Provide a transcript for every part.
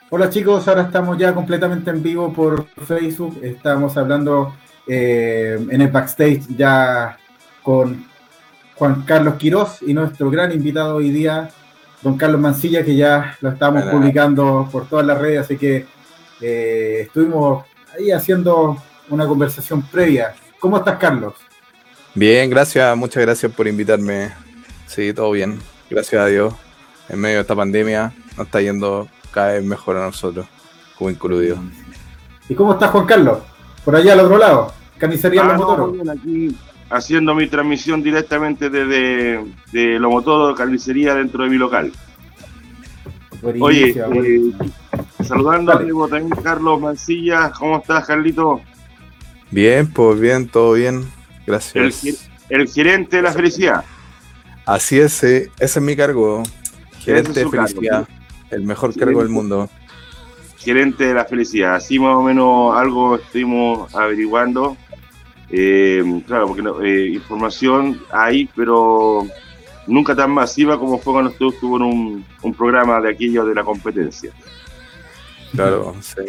Hola chicos, ahora estamos ya completamente en vivo por Facebook. Estamos hablando en el backstage ya con Juan Carlos Quirós y nuestro gran invitado hoy día, don Carlos Mancilla, que ya lo estamos Buena. publicando por todas las redes, así que estuvimos ahí haciendo una conversación previa. ¿Cómo estás, Carlos? Bien, gracias, muchas gracias por invitarme. Sí, todo bien, gracias a Dios. En medio de esta pandemia nos está yendo cada vez mejor a nosotros, como incluidos. Buenísimo. ¿Y cómo estás, Juan Carlos? Por allá al otro lado, Carnicería Los No, Motoros. muy bien, aquí haciendo mi transmisión directamente desde de Lomotoro Carnicería dentro de mi local. Oye, Buenísima, buenísima. saludándote Dale. vos también, Carlos Mancilla. ¿Cómo estás, Carlito? Bien, pues bien, todo bien, El, gracias. el gerente de la felicidad. Así es, ese es mi cargo, Ese gerente es de su cargo. felicidad, el mejor cargo del Gerente, mundo. gerente de la felicidad. Así más o menos algo estuvimos averiguando. Claro, porque información hay, pero nunca tan masiva como fue cuando usted estuvo en un programa de aquello de la competencia. Claro, sí.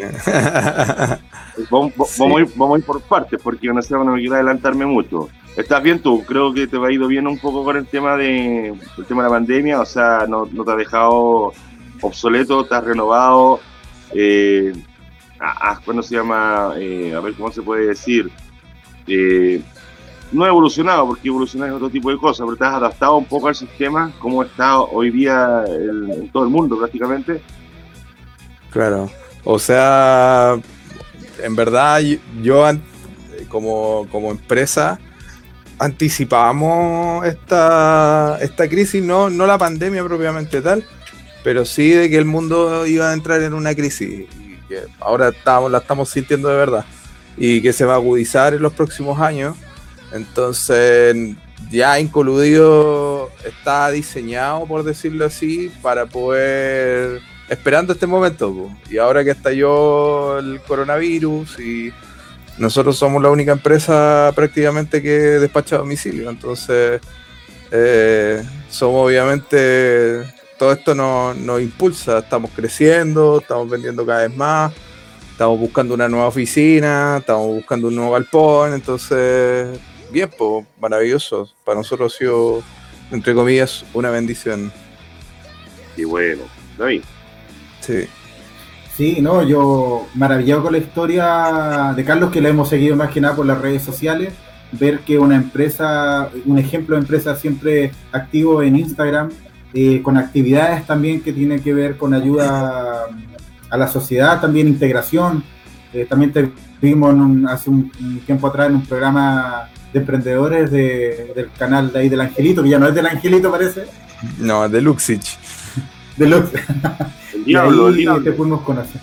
Sí. Vamos a ir por partes, porque no sé, no me quiero adelantarme mucho. ¿Estás bien tú? Creo que te ha ido bien un poco con el tema de la pandemia, o sea, no te ha dejado obsoleto, te has renovado, eh, ¿cuándo se llama? A ver, ¿cómo se puede decir? Eh, no he evolucionado, porque evolucionar es otro tipo de cosas, pero te has adaptado un poco al sistema, como está hoy día en todo el mundo prácticamente. Claro. O sea, en verdad yo como empresa anticipamos esta crisis, no la pandemia propiamente tal, pero sí de que el mundo iba a entrar en una crisis y que ahora la estamos sintiendo de verdad y que se va a agudizar en los próximos años. Entonces ya Incoludido está diseñado, por decirlo así, para poder, esperando este momento, po. Y ahora que estalló el coronavirus y nosotros somos la única empresa prácticamente que despacha a domicilio, entonces somos obviamente, todo esto nos impulsa, estamos creciendo, estamos vendiendo cada vez más, estamos buscando una nueva oficina, estamos buscando un nuevo galpón, entonces, bien, pues, maravilloso, para nosotros ha sido, entre comillas, una bendición. Y bueno, David. Sí, Sí, no, yo maravillado con la historia de Carlos, que la hemos seguido más que nada por las redes sociales, ver que una empresa, un ejemplo de empresa siempre activo en Instagram, con actividades también que tienen que ver con ayuda a la sociedad, también integración. También te vimos hace un tiempo atrás en un programa de emprendedores del canal de ahí del Angelito, que ya no es del Angelito parece, no, de Luxich. de Lux. El Y diablo, el ahí te diablo, pudimos conocer.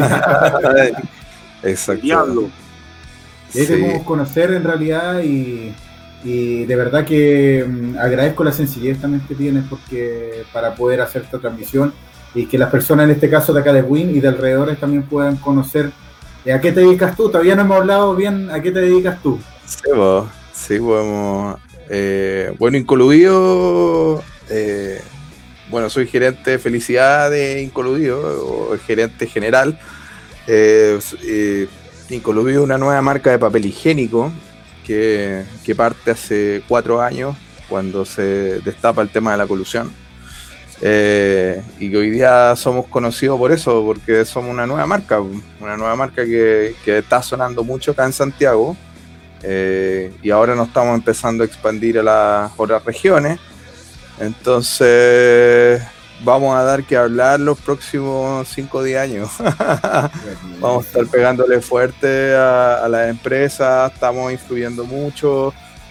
el Exacto. diablo. Y ahí te Sí, podemos conocer en realidad y de verdad que agradezco la sencillez también que tienes porque para poder hacer esta transmisión y que las personas en este caso de acá de Win y de alrededores también puedan conocer a qué te dedicas tú. Todavía no hemos hablado bien a qué te dedicas tú. sí, podemos. Bueno, Incoludido, bueno, soy gerente de felicidad de Incoludido, o el gerente general. Eh, eh, Incoludido es una nueva marca de papel higiénico que parte hace 4 años, cuando se destapa el tema de la colusión. Y que hoy día somos conocidos por eso, porque somos una nueva marca que está sonando mucho acá en Santiago. Y ahora nos estamos empezando a expandir a las otras regiones. Entonces vamos a dar que hablar los próximos 5 o 10 años. Vamos a estar pegándole fuerte a las empresas, estamos influyendo mucho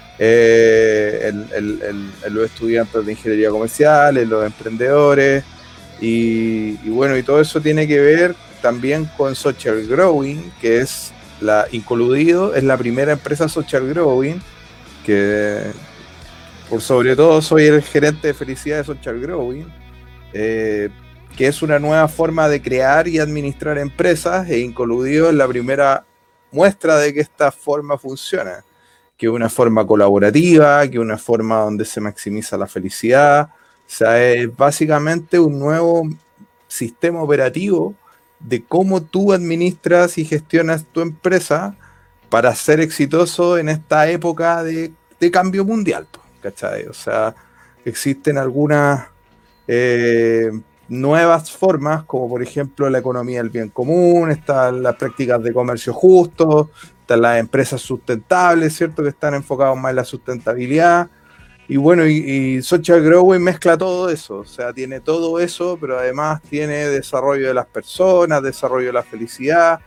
en los estudiantes de ingeniería comercial, en los emprendedores, y bueno, y todo eso tiene que ver también con Social Growing, que es Incoludido, es la primera empresa Social Growing que, por sobre todo, soy el gerente de felicidad de Social Growing, eh, que es una nueva forma de crear y administrar empresas, e Incoludido es la primera muestra de que esta forma funciona, que es una forma colaborativa, que es una forma donde se maximiza la felicidad. O sea, es básicamente un nuevo sistema operativo de cómo tú administras y gestionas tu empresa para ser exitoso en esta época de cambio mundial, ¿cachai? O sea, existen algunas nuevas formas, como por ejemplo la economía del bien común, están las prácticas de comercio justo, están las empresas sustentables, ¿cierto? Que están enfocadas más en la sustentabilidad. Y bueno, y Social Growing mezcla todo eso, o sea, tiene todo eso, pero además tiene desarrollo de las personas, desarrollo de la felicidad,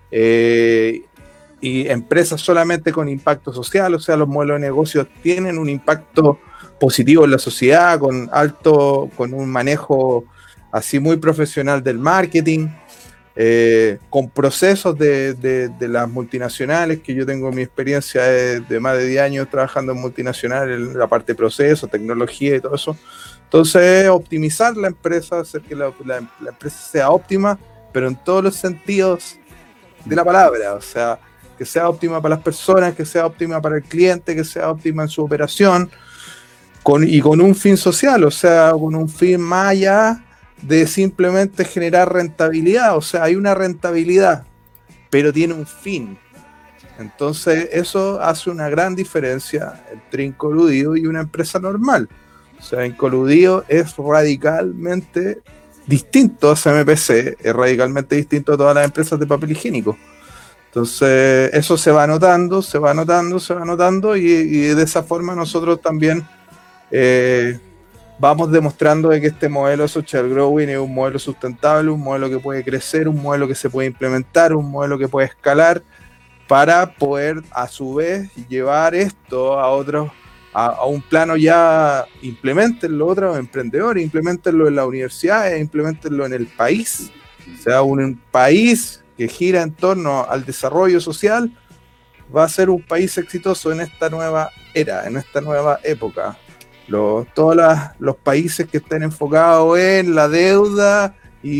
y empresas solamente con impacto social, o sea, los modelos de negocio tienen un impacto positivo en la sociedad, con un manejo así muy profesional del marketing, con procesos de las multinacionales, que yo tengo mi experiencia de más de 10 años trabajando en multinacionales, en la parte de procesos, tecnología y todo eso. Entonces, optimizar la empresa, hacer que la empresa sea óptima, pero en todos los sentidos de la palabra, o sea, que sea óptima para las personas, que sea óptima para el cliente, que sea óptima en su operación, con un fin social, o sea, con un fin más allá de simplemente generar rentabilidad. O sea, hay una rentabilidad, pero tiene un fin. Entonces eso hace una gran diferencia entre Incoludido y una empresa normal. O sea, Incoludido es radicalmente distinto a CMPC, es radicalmente distinto a todas las empresas de papel higiénico. Entonces eso se va notando, y de esa forma nosotros también vamos demostrando de que este modelo Social Growing es un modelo sustentable, un modelo que puede crecer, un modelo que se puede implementar, un modelo que puede escalar para poder a su vez llevar esto a otros, a un plano. Ya implementenlo otros emprendedores, implementenlo en las universidades, implementenlo en el país. O sea, un país que gira en torno al desarrollo social va a ser un país exitoso en esta nueva era, en esta nueva época. Todos los países que estén enfocados en la deuda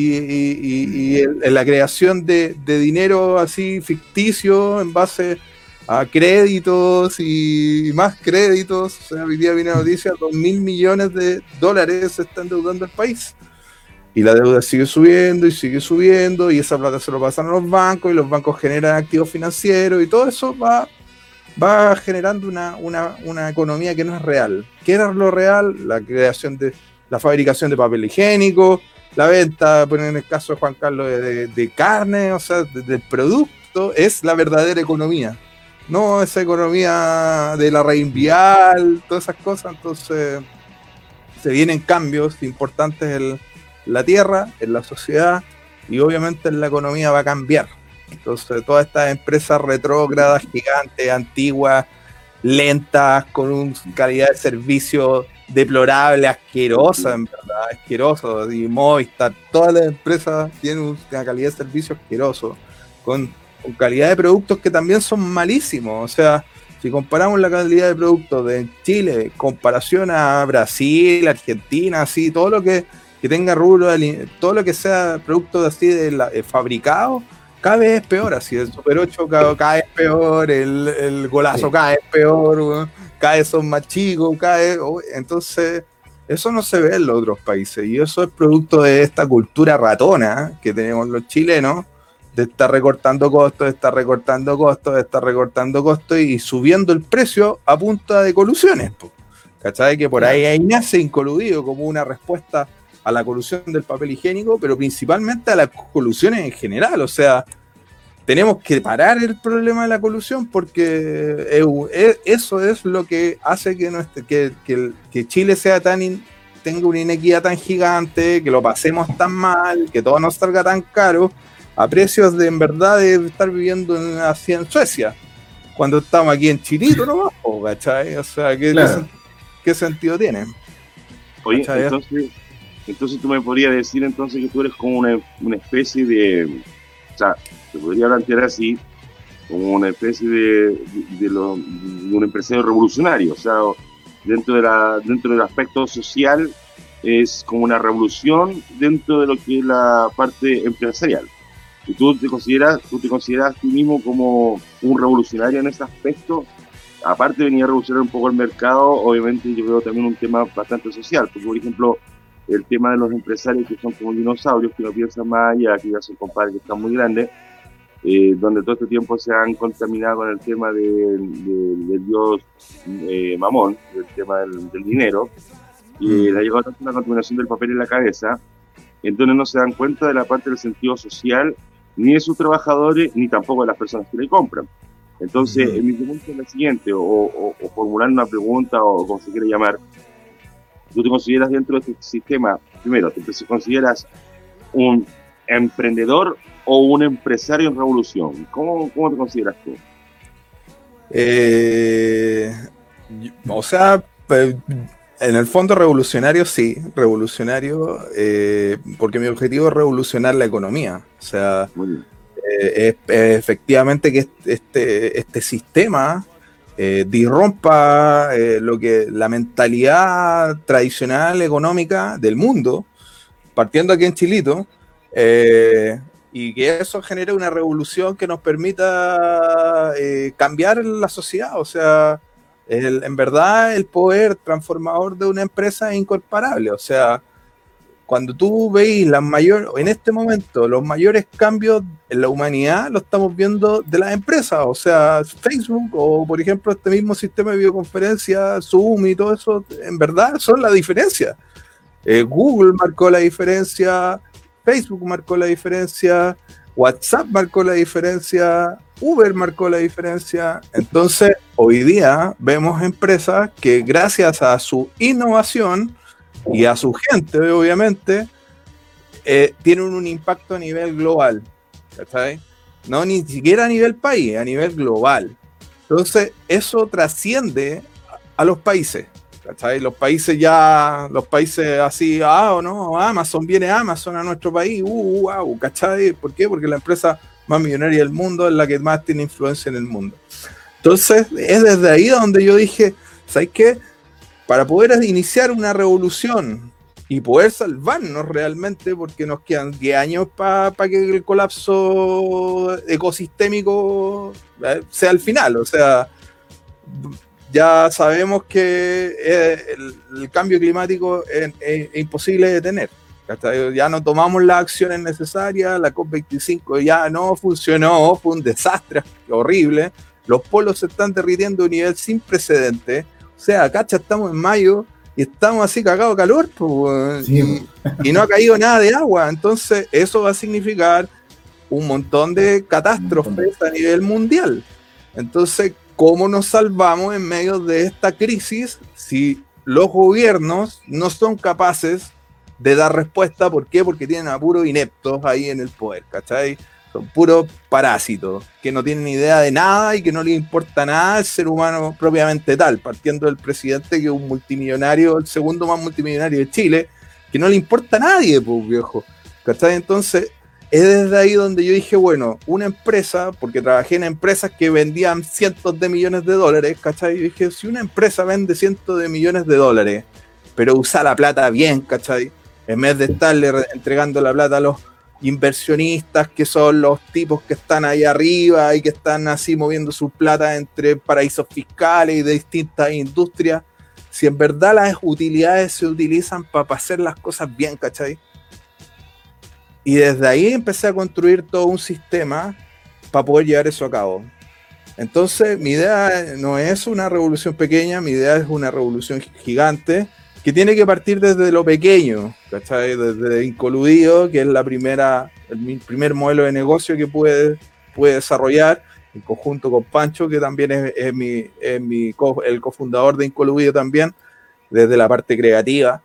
y en la creación de dinero así ficticio en base a créditos y más créditos. O sea, hoy día viene la noticia, 2.000 millones de dólares se están endeudando el país. Y la deuda sigue subiendo y esa plata se lo pasan a los bancos y los bancos generan activos financieros y todo eso va generando una economía que no es real. ¿Qué era lo real? La creación la fabricación de papel higiénico, la venta, en el caso de Juan Carlos, de carne, o sea, del producto, es la verdadera economía. No esa economía de la reinvial, todas esas cosas. Entonces, se vienen cambios importantes en la tierra, en la sociedad, y obviamente en la economía va a cambiar. Entonces, todas estas empresas retrógradas, gigantes, antiguas, lentas, con una calidad de servicio deplorable, asquerosa, en verdad, asqueroso. Y Movistar, todas las empresas tienen una calidad de servicio asqueroso, con calidad de productos que también son malísimos. O sea, si comparamos la calidad de productos de Chile en comparación a Brasil, Argentina, así, todo lo que tenga rubro, todo lo que sea productos así de fabricado, cada vez es peor. Así el Super 8 cada vez peor, el Golazo cada vez peor, cada vez son más chicos, entonces eso no se ve en los otros países, y eso es producto de esta cultura ratona que tenemos los chilenos, de estar recortando costos, y subiendo el precio a punta de colusiones, ¿cachai? Que por ahí nace Incoludido como una respuesta a la colusión del papel higiénico, pero principalmente a las colusiones en general. O sea, tenemos que parar el problema de la colusión, porque eso es lo que hace que Chile tenga una inequidad tan gigante, que lo pasemos tan mal, que todo nos salga tan caro, a precios en verdad de estar viviendo así en Suecia, cuando estamos aquí en Chilito nomás, ¿cachai? O sea, ¿qué sentido tiene? Oye, entonces tú me podrías decir entonces que tú eres como una especie de, o sea, te podría plantear así, como una especie de un empresario revolucionario. O sea, dentro del aspecto social es como una revolución dentro de lo que es la parte empresarial. ¿Y tú te consideras a ti mismo como un revolucionario en ese aspecto? Aparte de venir a revolucionar un poco el mercado, obviamente yo veo también un tema bastante social, porque por ejemplo, el tema de los empresarios que son como dinosaurios, que no piensan más allá, que ya son compadres que están muy grandes, donde todo este tiempo se han contaminado con el tema del dios Mamón, el tema del dinero, y le ha llegado tanto una contaminación del papel en la cabeza, entonces no se dan cuenta de la parte del sentido social, ni de sus trabajadores, ni tampoco de las personas que le compran. Entonces, mi pregunta es la siguiente, o formular una pregunta, o como se quiere llamar. ¿Tú te consideras dentro de este sistema, primero, te consideras un emprendedor o un empresario en revolución? ¿Cómo te consideras tú? O sea, en el fondo revolucionario sí, revolucionario, porque mi objetivo es revolucionar la economía. O sea, efectivamente que este sistema disrompa lo que la mentalidad tradicional económica del mundo, partiendo aquí en Chilito, y que eso genere una revolución que nos permita cambiar la sociedad. O sea, en verdad el poder transformador de una empresa es incomparable. O sea, cuando tú veis en este momento, los mayores cambios en la humanidad los estamos viendo de las empresas. O sea, Facebook o, por ejemplo, este mismo sistema de videoconferencia, Zoom y todo eso, en verdad son la diferencia. Google marcó la diferencia, Facebook marcó la diferencia, WhatsApp marcó la diferencia, Uber marcó la diferencia. Entonces, hoy día vemos empresas que gracias a su innovación y a su gente, obviamente, tienen un impacto a nivel global, ¿cachai? No ni siquiera a nivel país, a nivel global. Entonces, eso trasciende a los países, ¿cachai? Los países así, o no, Amazon, viene Amazon a nuestro país, wow, ¿cachai? ¿Por qué? Porque la empresa más millonaria del mundo es la que más tiene influencia en el mundo. Entonces, es desde ahí donde yo dije, ¿sabes qué? Para poder iniciar una revolución y poder salvarnos realmente, porque nos quedan 10 años para que el colapso ecosistémico sea el final. O sea, ya sabemos que el cambio climático es imposible de detener. Ya no tomamos las acciones necesarias, la COP25 ya no funcionó, fue un desastre horrible. Los polos se están derritiendo a un nivel sin precedentes. O sea, cacha, estamos en mayo y estamos así cagados de calor, pues, sí. y no ha caído nada de agua. Entonces, eso va a significar un montón de catástrofes a nivel mundial. Entonces, ¿cómo nos salvamos en medio de esta crisis si los gobiernos no son capaces de dar respuesta? ¿Por qué? Porque tienen a puros ineptos ahí en el poder, ¿cachai? Son puros parásitos que no tienen idea de nada y que no les importa nada el ser humano propiamente tal, partiendo del presidente que es un multimillonario, el segundo más multimillonario de Chile, que no le importa a nadie, pues, viejo, ¿cachai? Entonces, es desde ahí donde yo dije, bueno, una empresa, porque trabajé en empresas que vendían cientos de millones de dólares, ¿cachai? Y dije, si una empresa vende cientos de millones de dólares, pero usa la plata bien, ¿cachai? En vez de estarle entregando la plata a los inversionistas, que son los tipos que están ahí arriba y que están así moviendo su plata entre paraísos fiscales y de distintas industrias, si en verdad las utilidades se utilizan para hacer las cosas bien, ¿cachai? Y desde ahí empecé a construir todo un sistema para poder llevar eso a cabo. Entonces, mi idea no es una revolución pequeña, mi idea es una revolución gigante, que tiene que partir desde lo pequeño, ¿cachai? Desde Incoludido, que es el primer modelo de negocio que pude desarrollar, en conjunto con Pancho, que también es el cofundador de Incoludido también, desde la parte creativa.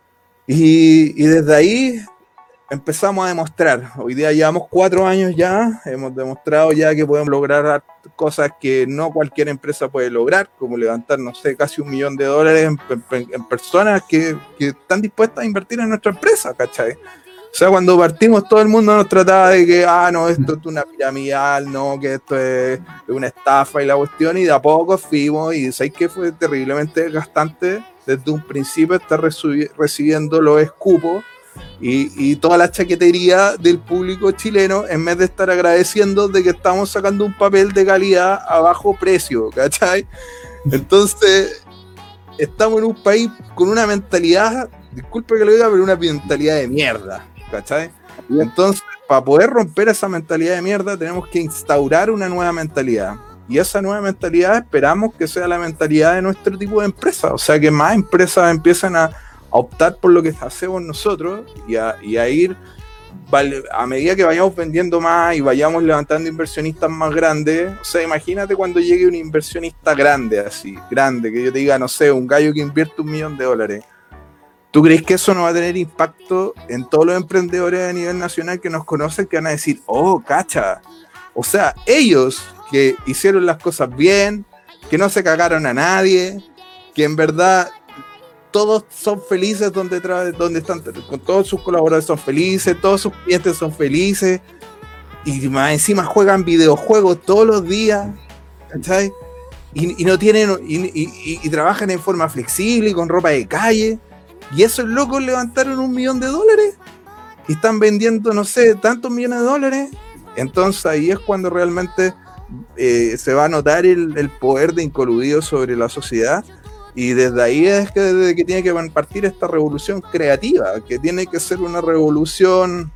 Y desde ahí empezamos a demostrar. Hoy día llevamos 4 años ya, hemos demostrado ya que podemos lograr cosas que no cualquier empresa puede lograr, como levantar, no sé, casi $1 millón en personas que están dispuestas a invertir en nuestra empresa, ¿cachai? O sea, cuando partimos todo el mundo nos trataba de que, no, esto es una piramidal, no, que esto es una estafa y la cuestión, y de a poco fuimos, y ¿sabes qué? Fue terriblemente desgastante desde un principio estar recibiendo los escupos y toda la chaquetería del público chileno, en vez de estar agradeciendo de que estamos sacando un papel de calidad a bajo precio, ¿cachai? Entonces, estamos en un país con una mentalidad disculpe que lo diga, pero una mentalidad de mierda, ¿cachai? Entonces, para poder romper esa mentalidad de mierda, tenemos que instaurar una nueva mentalidad. Y esa nueva mentalidad esperamos que sea la mentalidad de nuestro tipo de empresa. O sea, que más empresas empiecen a optar por lo que hacemos nosotros y a ir, a medida que vayamos vendiendo más y vayamos levantando inversionistas más grandes. O sea, imagínate cuando llegue un inversionista grande, así, grande, que yo te diga, no sé, un gallo que invierte $1 millón. ¿Tú crees que eso no va a tener impacto en todos los emprendedores a nivel nacional que nos conocen, que van a decir, oh, cacha? O sea, ellos que hicieron las cosas bien, que no se cagaron a nadie, que en verdad todos son felices donde están, con todos sus colaboradores son felices, todos sus clientes son felices, y más encima juegan videojuegos todos los días, ¿cachai? Y no tienen, y trabajan en forma flexible y con ropa de calle. Y esos locos levantaron $1 millón y están vendiendo, no sé, tantos millones de dólares. Entonces ahí es cuando realmente se va a notar el poder de Incoludido sobre la sociedad. Y desde ahí es que, desde que tiene que partir esta revolución creativa, que tiene que ser una revolución,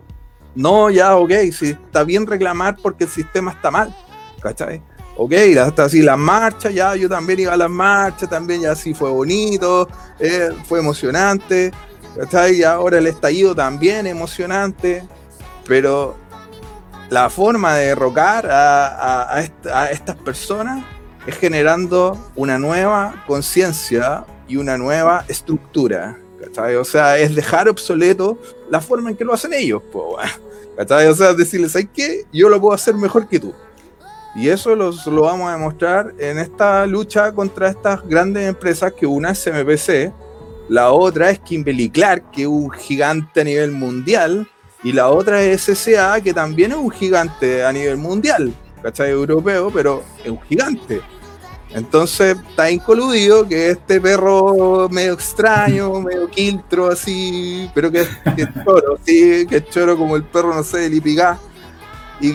no ya, ok, si está bien reclamar porque el sistema está mal, ¿cachai? Ok, hasta así las marchas, ya yo también iba a las marchas, también ya así fue bonito, fue emocionante, ¿cachai? Y ahora el estallido también emocionante, pero la forma de derrocar a estas personas es generando una nueva conciencia y una nueva estructura, ¿cachai? O sea, es dejar obsoleto la forma en que lo hacen ellos, ¿cachai? O sea, decirles, ¿sabes qué? Yo lo puedo hacer mejor que tú. Y eso lo vamos a demostrar en esta lucha contra estas grandes empresas, que una es CMPC, la otra es Kimberly-Clark, que es un gigante a nivel mundial, y la otra es SCA, que también es un gigante a nivel mundial, ¿cachai? Europeo, pero es un gigante. Entonces está Incoludido, que es este perro medio extraño, medio quiltro así, pero que es choro, sí, que es choro como el perro, no sé, del Ipigá. Y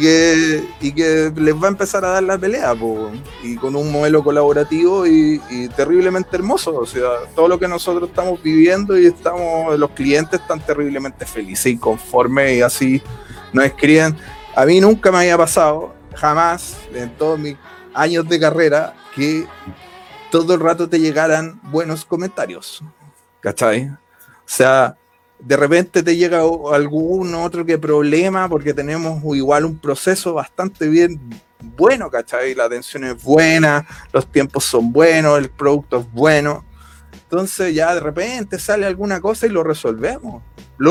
que les va a empezar a dar la pelea, y con un modelo colaborativo y terriblemente hermoso. O sea, todo lo que nosotros estamos viviendo y los clientes están terriblemente felices y conformes, y así nos escriben. A mí nunca me había pasado, jamás, en todos mis años de carrera, que todo el rato te llegaran buenos comentarios, ¿cachai? O sea, de repente te llega algún otro que problema, porque tenemos igual un proceso bastante bien bueno, ¿cachai? La atención es buena, los tiempos son buenos, el producto es bueno. Entonces ya de repente sale alguna cosa y lo resolvemos,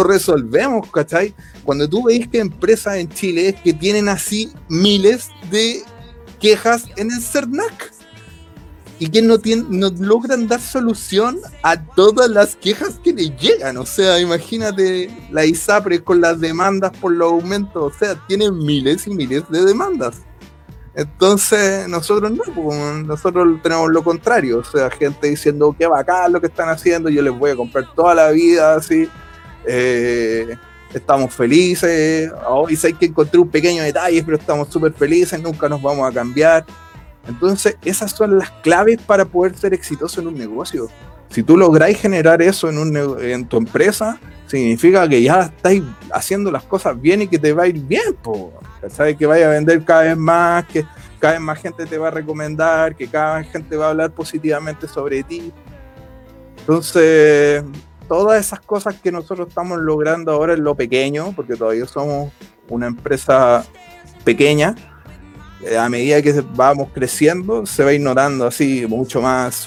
¿cachai? Cuando tú veis que empresas en Chile que tienen así miles de quejas en el CERNAC, y que no logran dar solución a todas las quejas que les llegan. O sea, imagínate la ISAPRE con las demandas por los aumentos, o sea, tienen miles y miles de demandas. Entonces, nosotros no, nosotros tenemos lo contrario, o sea, gente diciendo qué bacán lo que están haciendo, yo les voy a comprar toda la vida, así, estamos felices, hoy sé que encontré un pequeño detalle, pero estamos súper felices, nunca nos vamos a cambiar. Entonces, esas son las claves para poder ser exitoso en un negocio. Si tú lográis generar eso en tu empresa, significa que ya estáis haciendo las cosas bien y que te va a ir bien, ¿sabes? Que vaya a vender cada vez más, que cada vez más gente te va a recomendar, que cada vez gente va a hablar positivamente sobre ti. Entonces, todas esas cosas que nosotros estamos logrando ahora en lo pequeño, porque todavía somos una empresa pequeña, a medida que vamos creciendo, se va ignorando así mucho más,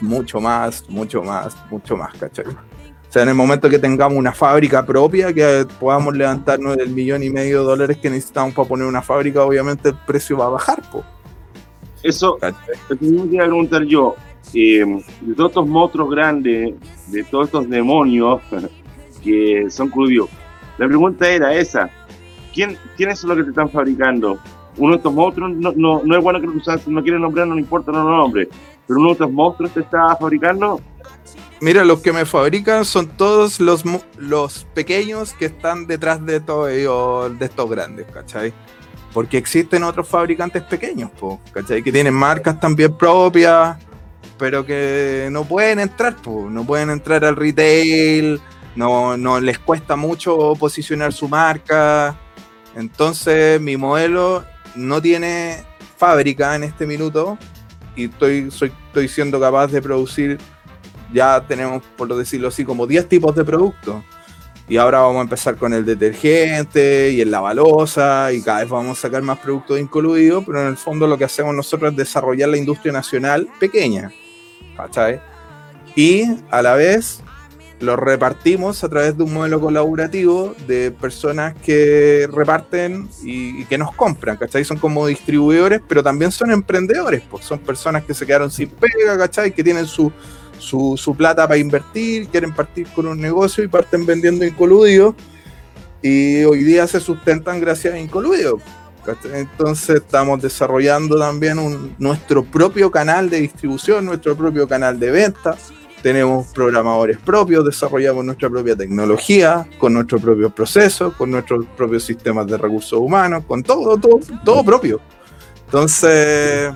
¿cachai? O sea, en el momento que tengamos una fábrica propia, que podamos levantarnos el $1,5 millones que necesitamos para poner una fábrica, obviamente el precio va a bajar, Eso, te tengo que preguntar yo, de todos estos monstruos grandes, de todos estos demonios que son Incoludido, la pregunta era esa: ¿quiénes son los que te están fabricando? Uno de estos monstruos, no es bueno que no quieren nombrar, no importa, no nombre, pero uno de estos monstruos te está fabricando. Mira, los que me fabrican son todos los pequeños que están detrás de todos ellos, de estos grandes, ¿cachai? Porque existen otros fabricantes pequeños, ¿cachai? Que tienen marcas también propias, pero que no pueden entrar, no pueden entrar al retail, no les cuesta mucho posicionar su marca. Entonces mi modelo no tiene fábrica en este minuto y estoy siendo capaz de producir, ya tenemos, por decirlo así, como 10 tipos de productos. Y ahora vamos a empezar con el detergente y el lavaloza y cada vez vamos a sacar más productos incluidos, pero en el fondo lo que hacemos nosotros es desarrollar la industria nacional pequeña, ¿cachai? Y a la vez los repartimos a través de un modelo colaborativo de personas que reparten y que nos compran, ¿cachai? Son como distribuidores, pero también son emprendedores, pues son personas que se quedaron sin pega, ¿cachai? Que tienen su plata para invertir, quieren partir con un negocio y parten vendiendo Incoludio y hoy día se sustentan gracias a Incoludio. Entonces estamos desarrollando también nuestro propio canal de distribución, nuestro propio canal de venta. Tenemos programadores propios, desarrollamos nuestra propia tecnología, con nuestros propios procesos, con nuestros propios sistemas de recursos humanos, con todo propio. Entonces,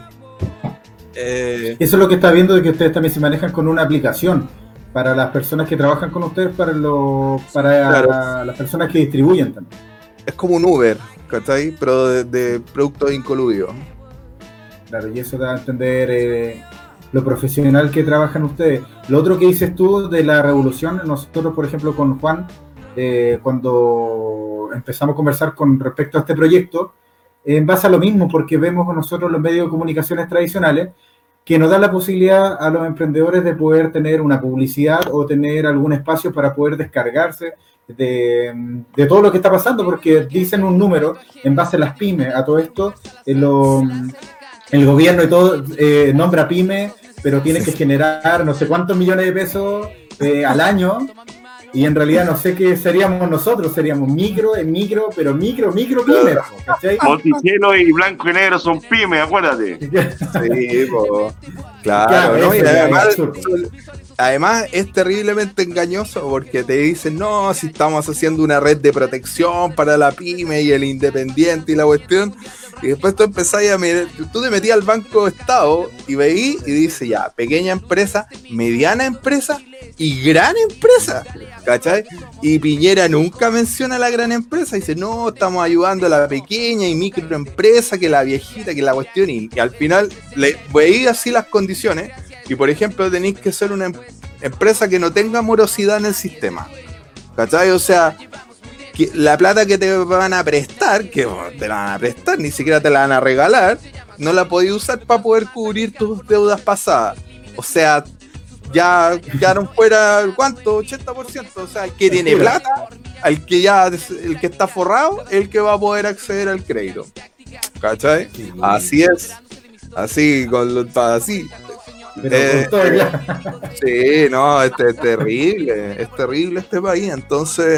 eso es lo que está viendo, de que ustedes también se manejan con una aplicación para las personas que trabajan con ustedes, para claro, las personas que distribuyen también. Es como un Uber, ¿cachai? Pero de productos incluidos. Claro, y eso da a entender lo profesional que trabajan ustedes. Lo otro que dices tú de la revolución, nosotros, por ejemplo, con Juan, cuando empezamos a conversar con respecto a este proyecto, en base a lo mismo, porque vemos nosotros los medios de comunicaciones tradicionales que nos dan la posibilidad a los emprendedores de poder tener una publicidad o tener algún espacio para poder descargarse de todo lo que está pasando, porque dicen un número en base a las pymes, a todo esto, el gobierno y todo nombra pyme, pero tiene que generar no sé cuántos millones de pesos al año, y en realidad no sé qué seríamos nosotros, seríamos micro, pero micro pyme, ¿cachai? Monticello y blanco y negro son pymes, acuérdate. Sí, claro, ¿no? Y además es terriblemente engañoso porque te dicen, no, si estamos haciendo una red de protección para la pyme y el independiente y la cuestión, y después tú empezás a mirar, tú te metías al Banco Estado y veí y dice ya, pequeña empresa, mediana empresa y gran empresa, ¿cachai? Y Piñera nunca menciona a la gran empresa, dice, no, estamos ayudando a la pequeña y microempresa, que la viejita, que la cuestión, y al final le veí así las condiciones. Y por ejemplo tenéis que ser una empresa que no tenga morosidad en el sistema, ¿cachai? O sea, que la plata que te van a prestar, que te la van a prestar, ni siquiera te la van a regalar, no la podéis usar para poder cubrir tus deudas pasadas. O sea, ya quedaron fuera, ¿cuánto? 80%. O sea, el que tiene plata, el que está forrado, el que va a poder acceder al crédito, ¿cachai? Así es. Así, así. Sí, no, es terrible este país. Entonces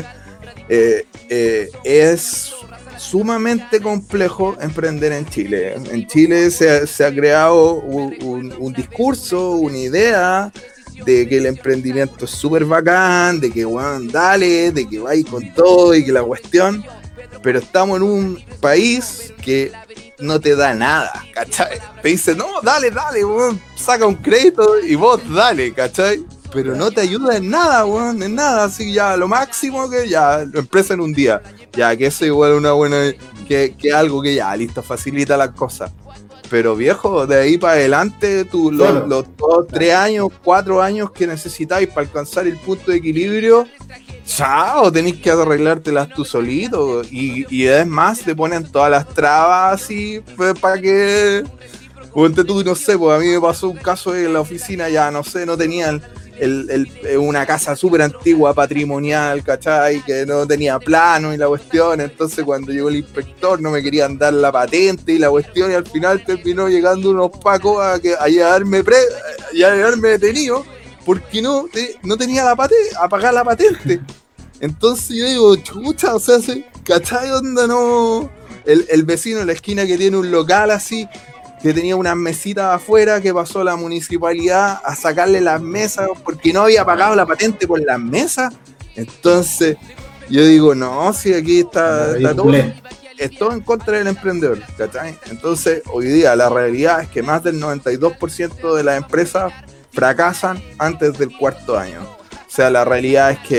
es sumamente complejo emprender en Chile. En Chile se ha creado un discurso, una idea de que el emprendimiento es súper bacán, de que bueno, dale, de que vais con todo y que la cuestión, pero estamos en un país que no te da nada, ¿cachai? Te dice, no, dale, weón, saca un crédito y vos dale, ¿cachai? Pero no te ayuda en nada, weón, en nada, así ya lo máximo que ya lo empresa en un día, ya que eso igual es una buena, que algo que ya, listo, facilita las cosas. Pero viejo, de ahí para adelante, tú los 2, 3 años, 4 años que necesitáis para alcanzar el punto de equilibrio, chao, tenéis que arreglártelas tú solito. Y es más, te ponen todas las trabas así, pues, para que... Ponte tú, no sé, pues a mí me pasó un caso en la oficina, ya no sé, no tenían una casa súper antigua, patrimonial, ¿cachai? Que no tenía plano y la cuestión. Entonces cuando llegó el inspector no me querían dar la patente y la cuestión, y al final terminó llegando unos pacos a llevarme detenido porque no tenía la patente, a pagar la patente. Entonces yo digo, chucha, o sea, ¿cachai? Onda, no. El vecino en la esquina que tiene un local así, que tenía unas mesitas afuera, que pasó a la municipalidad a sacarle las mesas porque no había pagado la patente por las mesas. Entonces yo digo, no, si aquí está todo, es todo en contra del emprendedor, ¿cachai? Entonces hoy día la realidad es que más del 92% de las empresas fracasan antes del 4º año. O sea, la realidad es que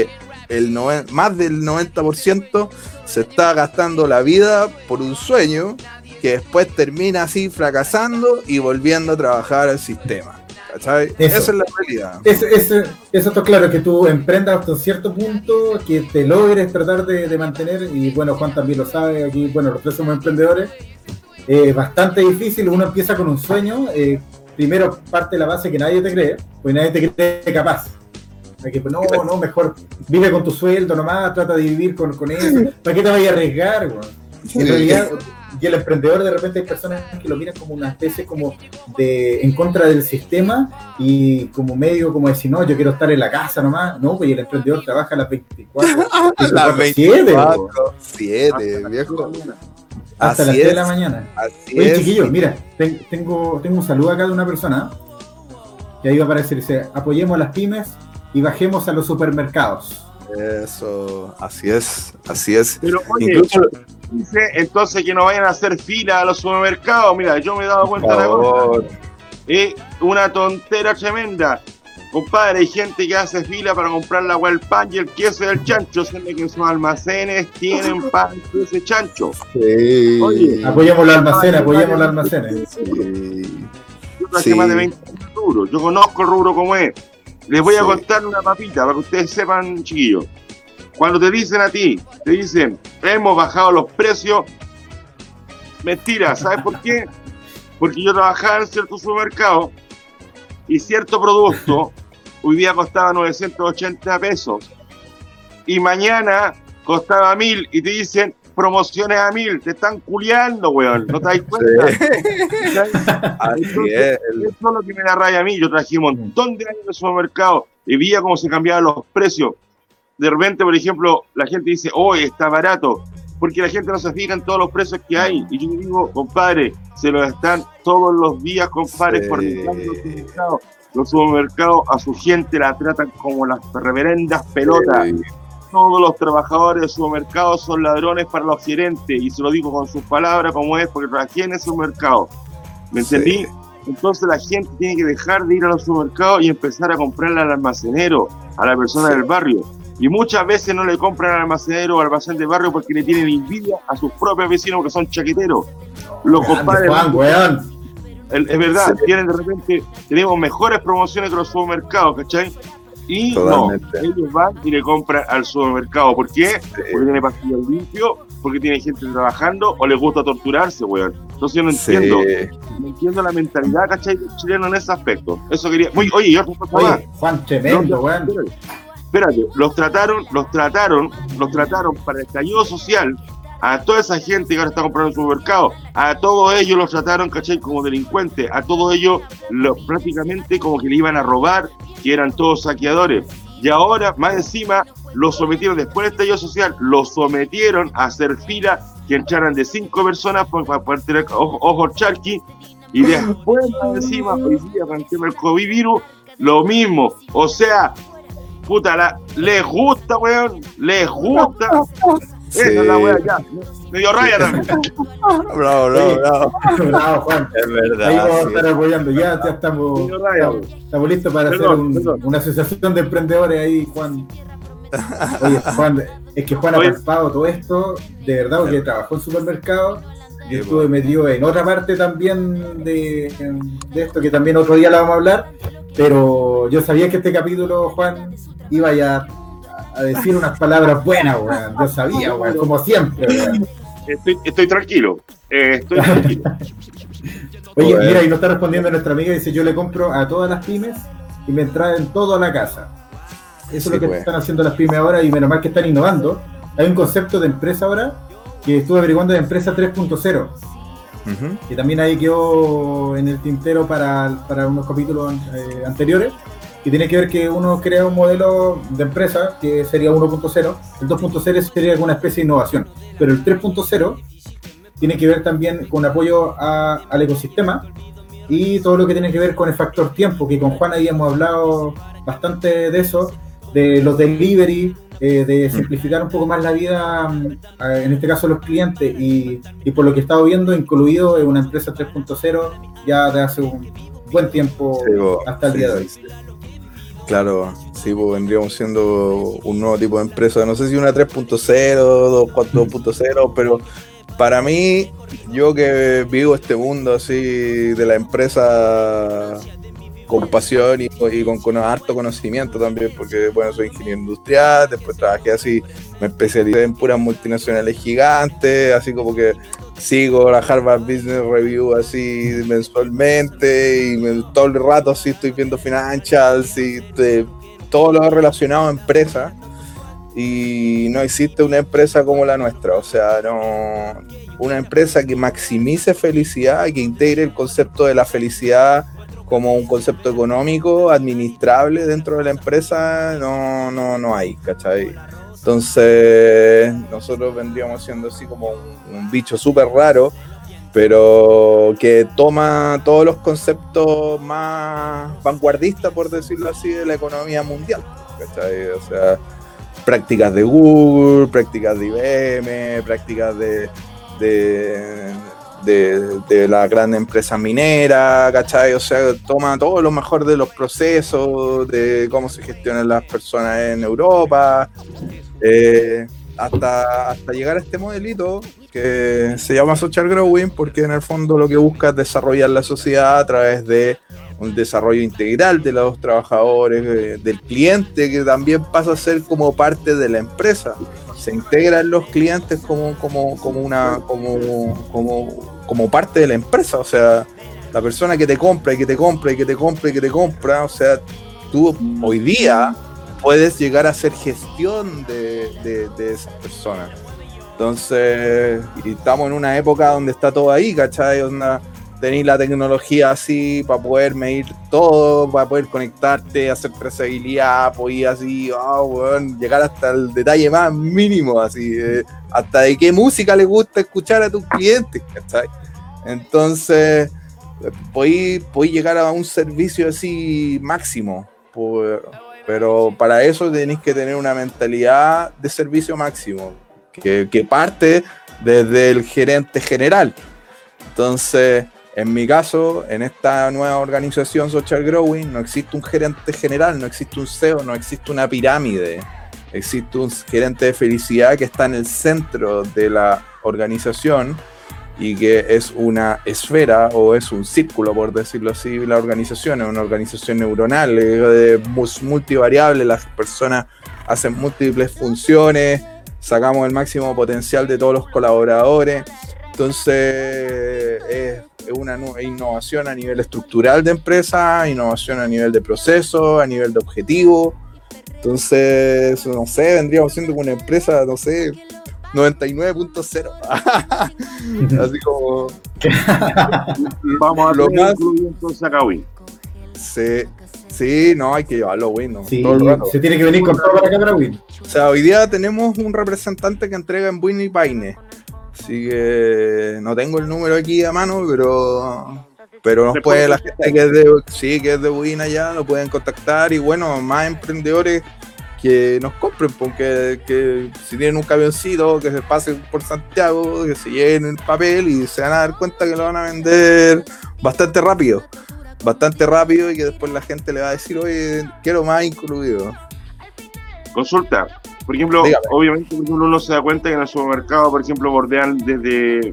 más del 90% se está gastando la vida por un sueño que después termina así fracasando y volviendo a trabajar al sistema. ¿Cachai? Esa es la realidad. Eso está claro, que tú emprendas hasta un cierto punto, que te logres tratar de mantener, y bueno, Juan también lo sabe, aquí, bueno, los tres somos emprendedores, bastante difícil. Uno empieza con un sueño, primero parte de la base que nadie te cree, pues nadie te cree capaz. Que, no, mejor vive con tu sueldo nomás, trata de vivir con eso, ¿para qué te vayas a arriesgar, güey? En realidad, y el emprendedor, de repente hay personas que lo miran como una especie como de en contra del sistema, y como medio como decir, no, yo quiero estar en la casa nomás. No, pues el emprendedor trabaja a las 24/7, viejo. Hasta las 3 de la mañana. Oye, chiquillos, mira, tengo un saludo acá de una persona que ahí va a aparecer, dice: apoyemos a las pymes y bajemos a los supermercados. Eso, así es. Pero oye, incluso dice entonces que no vayan a hacer fila a los supermercados. Mira, yo me he dado cuenta de la cosa. Es una tontera tremenda. Compadre, hay gente que hace fila para comprar la agua, el pan y el queso y el chancho, siendo que en sus almacenes tienen pan, queso y chancho. Sí. Oye, apoyemos los almacenes. Sí. Yo traje más de 20 rubros. Yo conozco el rubro como es. Les voy a contar una papita para que ustedes sepan, chiquillos. Cuando te dicen a ti, te dicen, hemos bajado los precios, mentira. ¿Sabes por qué? Porque yo trabajaba en cierto supermercado y cierto producto hoy día costaba 980 pesos y mañana costaba 1000, y te dicen promociones a 1000. Te están culiando, weón, ¿no te das cuenta? Sí. Así es. Eso es lo que me da rabia a mí. Yo trabajé un montón de años en el supermercado y veía cómo se cambiaban los precios. De repente, por ejemplo, la gente dice, está barato, porque la gente no se fija en todos los precios que hay. Y yo digo, compadre, se los están todos los días, compadre, Sí. por los supermercados a su gente la tratan como las reverendas pelotas. Sí. Todos los trabajadores de supermercados son ladrones para los gerentes, y se lo digo con sus palabras como es, porque trabajé en ese supermercado. ¿Me entendí? Sí. Entonces la gente tiene que dejar de ir a los supermercados y empezar a comprarle al almacenero, a la persona del barrio. Y muchas veces no le compran al almacenero o al almacén de barrio porque le tienen envidia a sus propios vecinos que son chaqueteros. Los compadres, es verdad, Sí. tienen de repente, tenemos mejores promociones que los supermercados, ¿cachai? Y Totalmente. no, ellos van y le compran al supermercado. ¿Por qué? Sí. Porque tiene pasillos limpios, porque tiene gente trabajando, o les gusta torturarse, weón. Entonces yo no Sí. entiendo. No entiendo la mentalidad, ¿cachai?, del chileno en ese aspecto. Eso quería. Oye, yo otra cosa más. Juan, tremendo, weón. Espérate, los trataron para el estallido social. A toda esa gente que ahora está comprando en el supermercado, a todos ellos los trataron, ¿cachai?, como delincuentes. A todos ellos prácticamente como que le iban a robar, que eran todos saqueadores. Y ahora, más encima, los sometieron, después del estallido social, los sometieron a hacer fila, que entraran de 5 personas para poder tener ojos charqui. Y después, más encima, hoy día, con el tema del COVID virus, lo mismo. O sea, puta, les gusta, weón, les gusta. Sí. Esa es la wea, ya. Me dio raya también. Bravo. Bravo, Juan. Es verdad. Ahí vamos a Sí. estar apoyando. Ya estamos listos para Perdón. hacer una asociación de emprendedores ahí, Juan. Oye, Juan, es que Juan ha palpado todo esto, de verdad, porque trabajó en supermercados. Yo estuve metido en otra parte también de esto, que también otro día la vamos a hablar, pero yo sabía que este capítulo, Juan, iba ya a decir unas palabras buenas, weón. Yo sabía, weón, como siempre, weón. Estoy tranquilo. Estoy tranquilo. Oye, Joder. mira, y nos está respondiendo nuestra amiga, dice: yo le compro a todas las pymes y me traen todo a la casa. Eso es Sí, lo que pues. están haciendo las pymes ahora, y menos mal que están innovando. Hay un concepto de empresa ahora que estuve averiguando, de empresa 3.0, Ujú. que también ahí quedó en el tintero para unos capítulos anteriores, que tiene que ver que uno crea un modelo de empresa que sería 1.0, el 2.0 sería alguna especie de innovación, pero el 3.0 tiene que ver también con apoyo al ecosistema y todo lo que tiene que ver con el factor tiempo, que con Juan ahí hemos hablado bastante de eso, de los delivery, de simplificar un poco más la vida, en este caso los clientes, y por lo que he estado viendo, incluido en una empresa 3.0 ya de hace un buen tiempo, Sí, hasta el día de hoy. Claro, sí, pues vendríamos siendo un nuevo tipo de empresa. No sé si una 3.0, 4.0, pero para mí, yo que vivo este mundo así de la empresa con pasión y con harto conocimiento también, porque bueno, soy ingeniero industrial, después trabajé así, me especialicé en puras multinacionales gigantes, así como que sigo la Harvard Business Review así mensualmente y todo el rato así estoy viendo financials y todo lo relacionado a empresas, y no existe una empresa como la nuestra, o sea, no, una empresa que maximice felicidad, que integre el concepto de la felicidad como un concepto económico administrable dentro de la empresa, no hay, ¿cachai? Entonces nosotros vendríamos siendo así como un bicho súper raro, pero que toma todos los conceptos más vanguardistas, por decirlo así, de la economía mundial, ¿cachai? O sea, prácticas de Google, prácticas de IBM, prácticas de la gran empresa minera, ¿cachai? O sea, toma todo lo mejor de los procesos, de cómo se gestionan las personas en Europa, hasta llegar a este modelito que se llama Social Growing, porque en el fondo lo que busca es desarrollar la sociedad a través de un desarrollo integral de los trabajadores, del cliente, que también pasa a ser como parte de la empresa. Se integran los clientes como parte de la empresa, o sea, la persona que te compra y que te compra y que te compra y que te compra, o sea, tú hoy día puedes llegar a hacer gestión de esas personas. Entonces, y estamos en una época donde está todo ahí, ¿cachai? Tenéis la tecnología así para poder medir todo, para poder conectarte, hacer trazabilidad, poder así, bueno, llegar hasta el detalle más mínimo, así, hasta de qué música le gusta escuchar a tus clientes, ¿cachai? Entonces, podéis llegar a un servicio así máximo, pero para eso tenéis que tener una mentalidad de servicio máximo, que parte desde el gerente general. Entonces, en mi caso, en esta nueva organización Social Growing, no existe un gerente general, no existe un CEO, no existe una pirámide. Existe un gerente de felicidad que está en el centro de la organización y que es una esfera o es un círculo, por decirlo así. La organización es una organización neuronal, es multivariable, las personas hacen múltiples funciones, sacamos el máximo potencial de todos los colaboradores. Entonces es una innovación a nivel estructural de empresa, innovación a nivel de proceso, a nivel de objetivo. Entonces, no sé, vendríamos siendo una empresa, no sé, 99.0. Así como vamos a lo más entonces acá, Win. Sí, no, hay que llevarlo, Win, ¿no? Sí, todo el rato. se tiene que venir con todo para acá para Win. O sea, hoy día tenemos un representante que entrega en Win y Paine. Así que no tengo el número aquí a mano, pero nos puede la gente que es de Win allá, lo pueden contactar, y bueno, más emprendedores que nos compren, porque que si tienen un camioncito, que se pasen por Santiago, que se lleven el papel y se van a dar cuenta que lo van a vender bastante rápido, y que después la gente le va a decir, oye, quiero más incluido. Consulta. Por ejemplo, dígame. Obviamente uno se da cuenta que en el supermercado, por ejemplo, bordean desde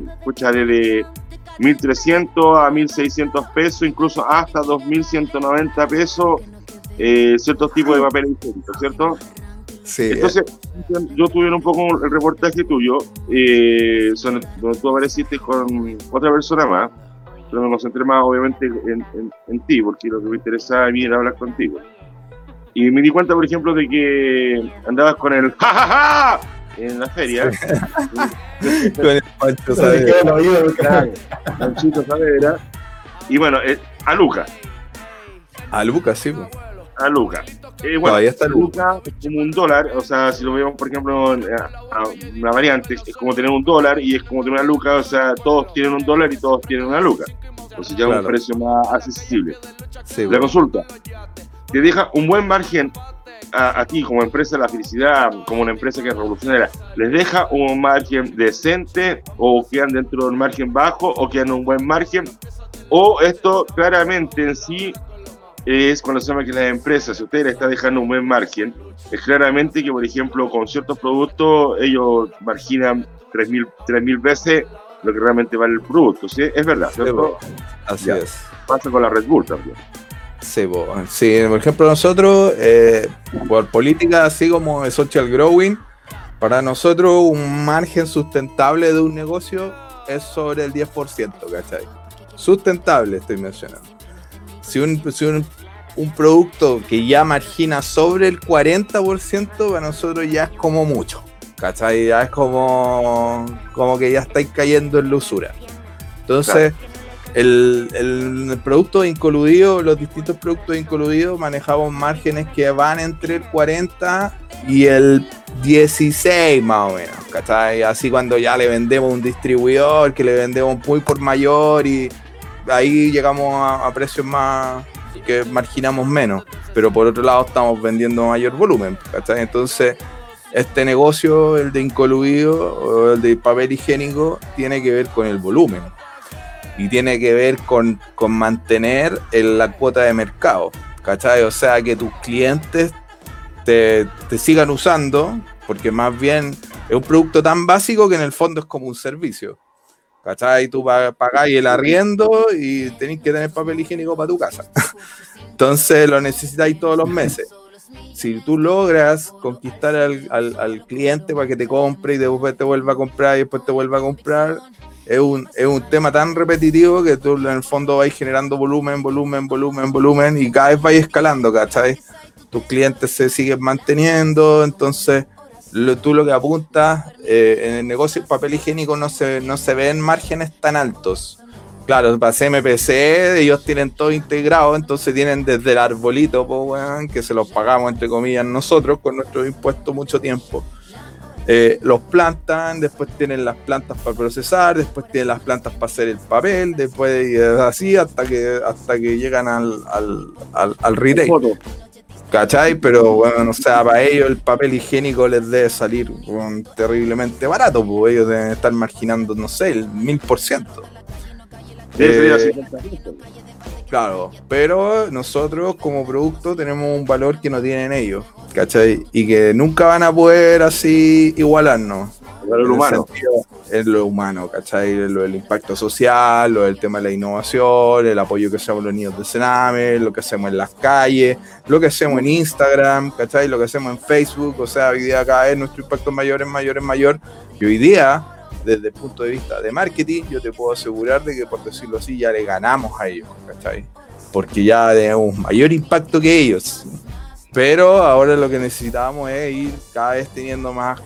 1.300 a 1.600 pesos, incluso hasta 2.190 pesos, ciertos tipos de papel higiénico, ¿cierto? Sí. Entonces, yo tuve un poco el reportaje tuyo, donde tú apareciste con otra persona más, pero me concentré más obviamente en ti, porque lo que me interesaba a mí era hablar contigo. Y me di cuenta, por ejemplo, de que andabas con el ¡ja! En la feria. Con el Pancho Saavedra. Panchito Saavedra. Y bueno, a Luca. A Luca, sí. A Luca. Bueno, ahí está Luca. Es como $1. O sea, si lo vemos, por ejemplo, una variante, es como tener $1 y es como tener una Luca. O sea, todos tienen $1 y todos tienen una Luca. O sea, ya es un precio más accesible. Sí, la consulta. Te deja un buen margen a ti como empresa La Felicidad, como una empresa que es revolucionaria. ¿Les deja un margen decente o quedan dentro del margen bajo o quedan en un buen margen? O esto claramente en sí es cuando se llama que las empresas, si usted le está dejando un buen margen, es claramente que, por ejemplo, con ciertos productos ellos marginan 3.000 veces lo que realmente vale el producto, ¿sí? Es verdad, ¿cierto? Así Ya. es. Pasa con la Red Bull también. Sí, por ejemplo, nosotros, por política así como de social growing, para nosotros un margen sustentable de un negocio es sobre el 10%, ¿cachai? Sustentable estoy mencionando. Si un producto que ya margina sobre el 40%, para nosotros ya es como mucho, ¿cachai? Ya es como que ya estáis cayendo en la usura. Entonces, el producto incluido, los distintos productos incluidos, manejamos márgenes que van entre el 40 y el 16 más o menos, ¿cachai? Así cuando ya le vendemos a un distribuidor, que le vendemos muy por mayor y ahí llegamos a precios más que marginamos menos, pero por otro lado estamos vendiendo mayor volumen, ¿cachai? Entonces este negocio, el de incluido o el de papel higiénico, tiene que ver con el volumen y tiene que ver con mantener la cuota de mercado, ¿cachai? O sea, que tus clientes te sigan usando, porque más bien es un producto tan básico que en el fondo es como un servicio, ¿cachai? Tú pagáis el arriendo y tenés que tener papel higiénico para tu casa. Entonces lo necesitáis todos los meses. Si tú logras conquistar al cliente para que te compre y después te vuelva a comprar y después te vuelva a comprar, es un tema tan repetitivo que tú en el fondo vais generando volumen y cada vez vais escalando, ¿cachai? Tus clientes se siguen manteniendo, entonces tú lo que apuntas en el negocio del papel higiénico no se ven márgenes tan altos. Claro, para CMPC ellos tienen todo integrado, entonces tienen desde el arbolito, que se los pagamos entre comillas nosotros con nuestros impuestos mucho tiempo. Los plantan, después tienen las plantas para procesar, después tienen las plantas para hacer el papel, después así hasta que llegan al retail. ¿Cachai? Pero bueno, o sea, para ellos el papel higiénico les debe salir terriblemente barato, pues ellos deben estar marginando, no sé, el 1000%. Claro, pero nosotros como producto tenemos un valor que no tienen ellos, ¿cachai? Y que nunca van a poder así igualarnos. En lo humano, ¿cachai? Lo del impacto social, lo del tema de la innovación, el apoyo que hacemos los niños de Sename, lo que hacemos en las calles, lo que hacemos en Instagram, ¿cachai? Lo que hacemos en Facebook, o sea, hoy día cada vez nuestro impacto es mayor, y hoy día, desde el punto de vista de marketing, yo te puedo asegurar de que, por decirlo así, ya le ganamos a ellos, ¿cachai? Porque ya tenemos mayor impacto que ellos. Pero ahora lo que necesitamos es ir cada vez teniendo más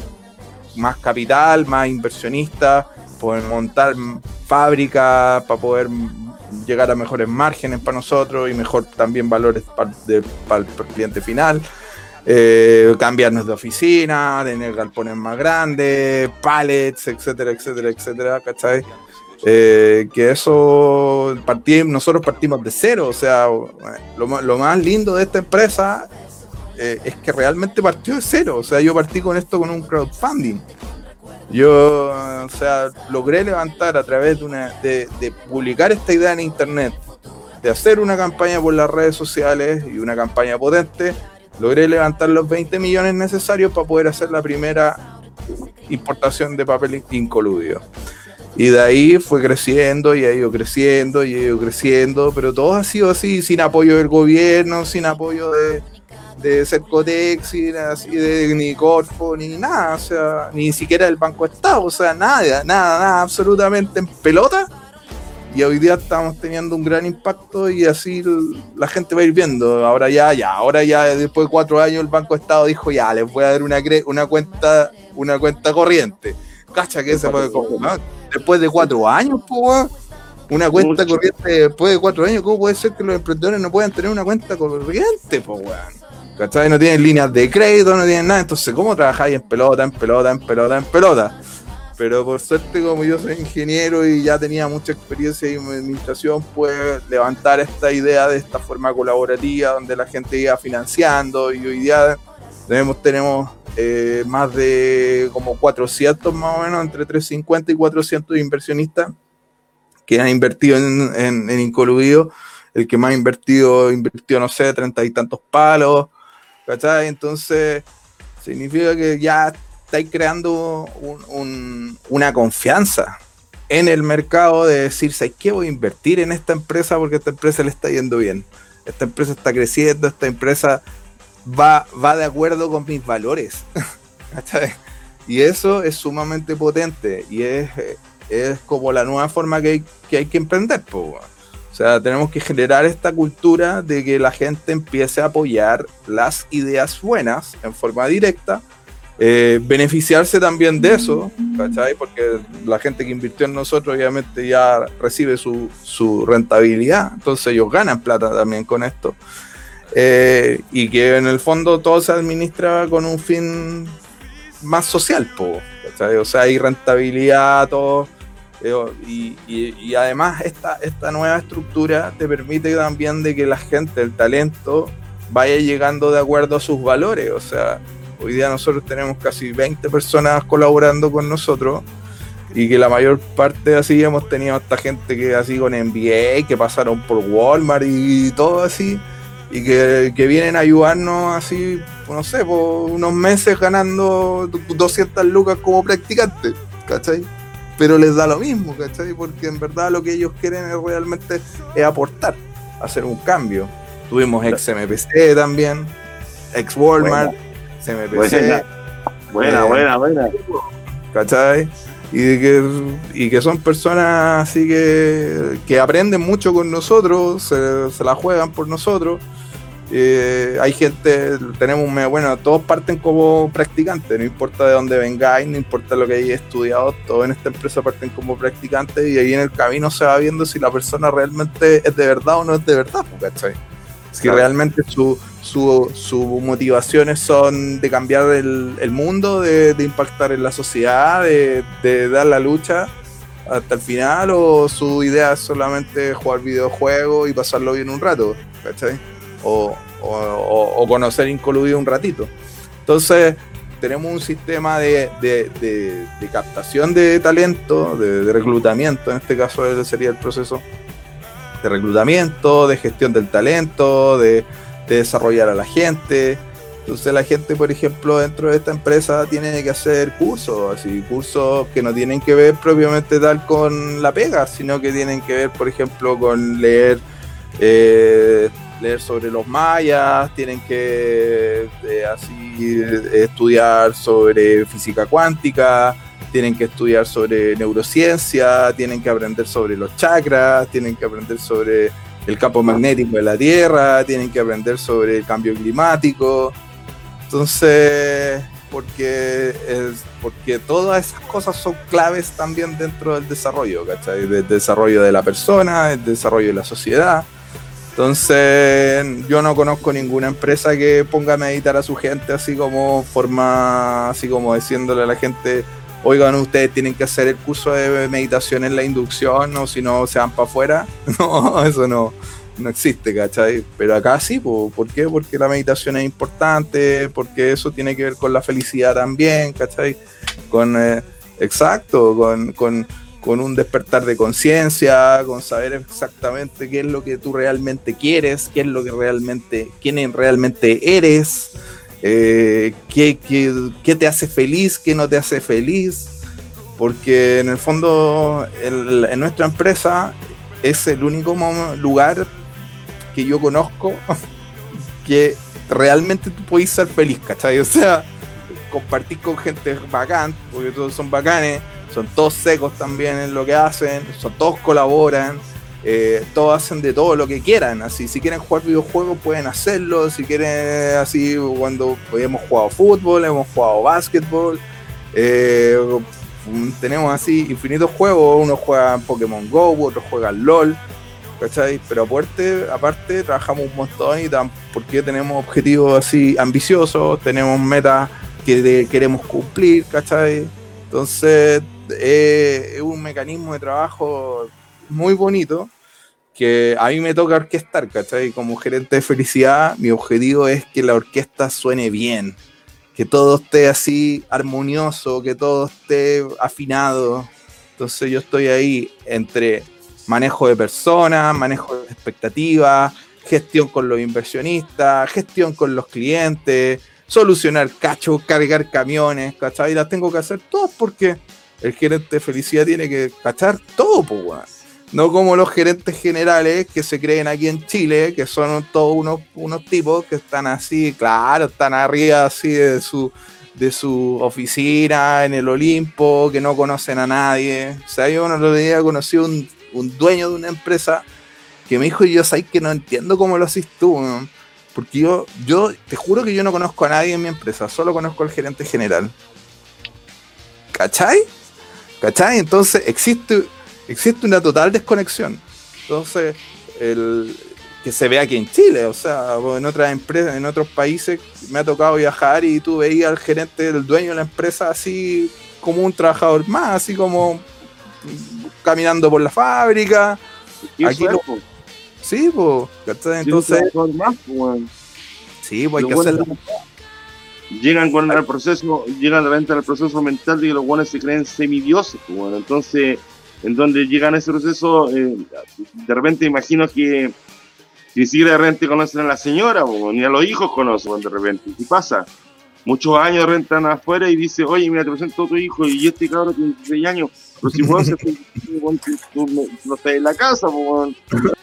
capital, más inversionistas, poder montar fábricas para poder llegar a mejores márgenes para nosotros y mejor también valores para el cliente final. Cambiarnos de oficina, tener galpones más grandes, pallets, etcétera, ¿cachai? Que eso nosotros partimos de cero, o sea, lo más lindo de esta empresa es que realmente partió de cero, o sea, yo partí con esto con un crowdfunding. Yo, o sea, logré levantar a través de publicar esta idea en internet, de hacer una campaña por las redes sociales y una campaña potente. Logré levantar los 20 millones necesarios para poder hacer la primera importación de papel incoludio. Y de ahí fue creciendo y ha ido creciendo, pero todo ha sido así, sin apoyo del gobierno, sin apoyo de Cercotex, ni Corfo, ni nada, o sea, ni siquiera del Banco Estado, o sea, nada, absolutamente en pelota. Y hoy día estamos teniendo un gran impacto y así la gente va a ir viendo. Ahora ya, después de 4 años el Banco Estado dijo, ya, les voy a dar una cuenta corriente. Cacha que se puede comprar. Después de 4 años, pues, una cuenta corriente después de 4 años, ¿cómo puede ser que los emprendedores no puedan tener una cuenta corriente, pues, weón? ¿Cachai? No tienen líneas de crédito, no tienen nada. Entonces, ¿cómo trabajáis en pelota? Pero por suerte, como yo soy ingeniero y ya tenía mucha experiencia en administración, pude levantar esta idea de esta forma colaborativa donde la gente iba financiando, y hoy día tenemos más de como 400 más o menos, entre 350 y 400 inversionistas que han invertido en Incoluido, el que más invirtió, no sé, 30 y tantos palos, ¿cachai? Entonces, significa que ya estáis creando una confianza en el mercado de decir, ¿sabes qué? Voy a invertir en esta empresa porque esta empresa le está yendo bien. Esta empresa está creciendo, esta empresa va de acuerdo con mis valores. ¿Cachai? Y eso es sumamente potente y es como la nueva forma que hay que emprender, po. O sea, tenemos que generar esta cultura de que la gente empiece a apoyar las ideas buenas en forma directa, beneficiarse también de eso, ¿cachai? Porque la gente que invirtió en nosotros obviamente ya recibe su rentabilidad, entonces ellos ganan plata también con esto, y que en el fondo todo se administra con un fin más social, po, ¿cachai? O sea, hay rentabilidad, todo. Y además esta nueva estructura te permite también de que la gente, el talento, vaya llegando de acuerdo a sus valores. O sea, hoy día nosotros tenemos casi 20 personas colaborando con nosotros y que la mayor parte así hemos tenido esta gente que así con MBA, que pasaron por Walmart y todo así, y que vienen a ayudarnos así, no sé, por unos meses ganando 200 lucas como practicantes, ¿cachai? Pero les da lo mismo, ¿cachai? Porque en verdad lo que ellos quieren es realmente aportar, hacer un cambio. Tuvimos ex MPC también, ex Walmart, CMPC. Buena. ¿Cachai? Y que son personas así que aprenden mucho con nosotros, se la juegan por nosotros. Hay gente, todos parten como practicantes, no importa de dónde vengáis, no importa lo que hayáis estudiado, todos en esta empresa parten como practicantes y ahí en el camino se va viendo si la persona realmente es de verdad o no es de verdad, ¿cachai? Si realmente sus motivaciones son de cambiar el mundo, de impactar en la sociedad, de dar la lucha hasta el final, o su idea es solamente jugar videojuegos y pasarlo bien un rato, ¿cachai? O conocer incluido un ratito. Entonces tenemos un sistema de captación de talento, de reclutamiento, en este caso sería el proceso de reclutamiento, de gestión del talento, de desarrollar a la gente. Entonces la gente, por ejemplo, dentro de esta empresa tiene que hacer cursos que no tienen que ver propiamente tal con la pega, sino que tienen que ver, por ejemplo, con leer sobre los mayas, tienen que estudiar sobre física cuántica, tienen que estudiar sobre neurociencia, tienen que aprender sobre los chakras, tienen que aprender sobre el campo magnético de la Tierra, tienen que aprender sobre el cambio climático. Entonces, porque todas esas cosas son claves también dentro del desarrollo, ¿cachai? Del desarrollo de la persona, el desarrollo de la sociedad. Entonces, yo no conozco ninguna empresa que ponga a meditar a su gente así como diciéndole a la gente, oigan, ustedes tienen que hacer el curso de meditación en la inducción, o si no se van para afuera. No, eso no existe, ¿cachai? Pero acá sí, ¿por qué? Porque la meditación es importante, porque eso tiene que ver con la felicidad también, ¿cachai? Con un despertar de conciencia, con saber exactamente qué es lo que tú realmente quieres, quién realmente eres, qué te hace feliz, qué no te hace feliz, porque en el fondo en nuestra empresa es el único lugar que yo conozco que realmente tú puedes ser feliz, ¿cachai? O sea, compartir con gente bacán, porque todos son bacanes, son todos secos también en lo que hacen, todos colaboran, todos hacen de todo lo que quieran, así, si quieren jugar videojuegos pueden hacerlo, si quieren, así, cuando hemos jugado fútbol, hemos jugado básquetbol, tenemos así infinitos juegos, unos juegan Pokémon Go, otros juegan LOL, ¿cachai? Pero aparte trabajamos un montón porque tenemos objetivos así ambiciosos, tenemos metas que queremos cumplir, ¿cachai? Entonces es un mecanismo de trabajo muy bonito que a mí me toca orquestar, ¿cachai? Como gerente de felicidad, mi objetivo es que la orquesta suene bien, que todo esté así armonioso, que todo esté afinado. Entonces yo estoy ahí entre manejo de personas, manejo de expectativas, gestión con los inversionistas, gestión con los clientes, solucionar cachos, cargar camiones, ¿cachai? Y las tengo que hacer todas porque el gerente de felicidad tiene que cachar todo, pues, weón. No como los gerentes generales que se creen aquí en Chile, que son todos unos tipos que están así, claro, están arriba así de su oficina, en el Olimpo, que no conocen a nadie. O sea, yo no lo había conocido un dueño de una empresa que me dijo, yo sabes que no entiendo cómo lo haces tú, ¿no? Porque yo te juro que yo no conozco a nadie en mi empresa, solo conozco al gerente general. ¿Cachai? Entonces existe una total desconexión. Entonces, que se ve aquí en Chile, o sea, en otras empresas, en otros países me ha tocado viajar y tú veías al gerente, el dueño de la empresa así como un trabajador más, así como caminando por la fábrica. Aquí sí, pues, entonces sí, pues hay que hacerlo. Llegan con el proceso, llegan de repente al proceso mental de que los buenos se creen semidioses, bueno, entonces, en donde llegan a ese proceso, de repente imagino que ni siquiera de repente conocen a la señora, bueno, ni a los hijos conocen de repente. ¿Qué pasa? Muchos años de repente están afuera y dice, oye, mira, te presento a tu hijo y este cabrón tiene 16 años, pero si vos tú no estás en la casa, bueno,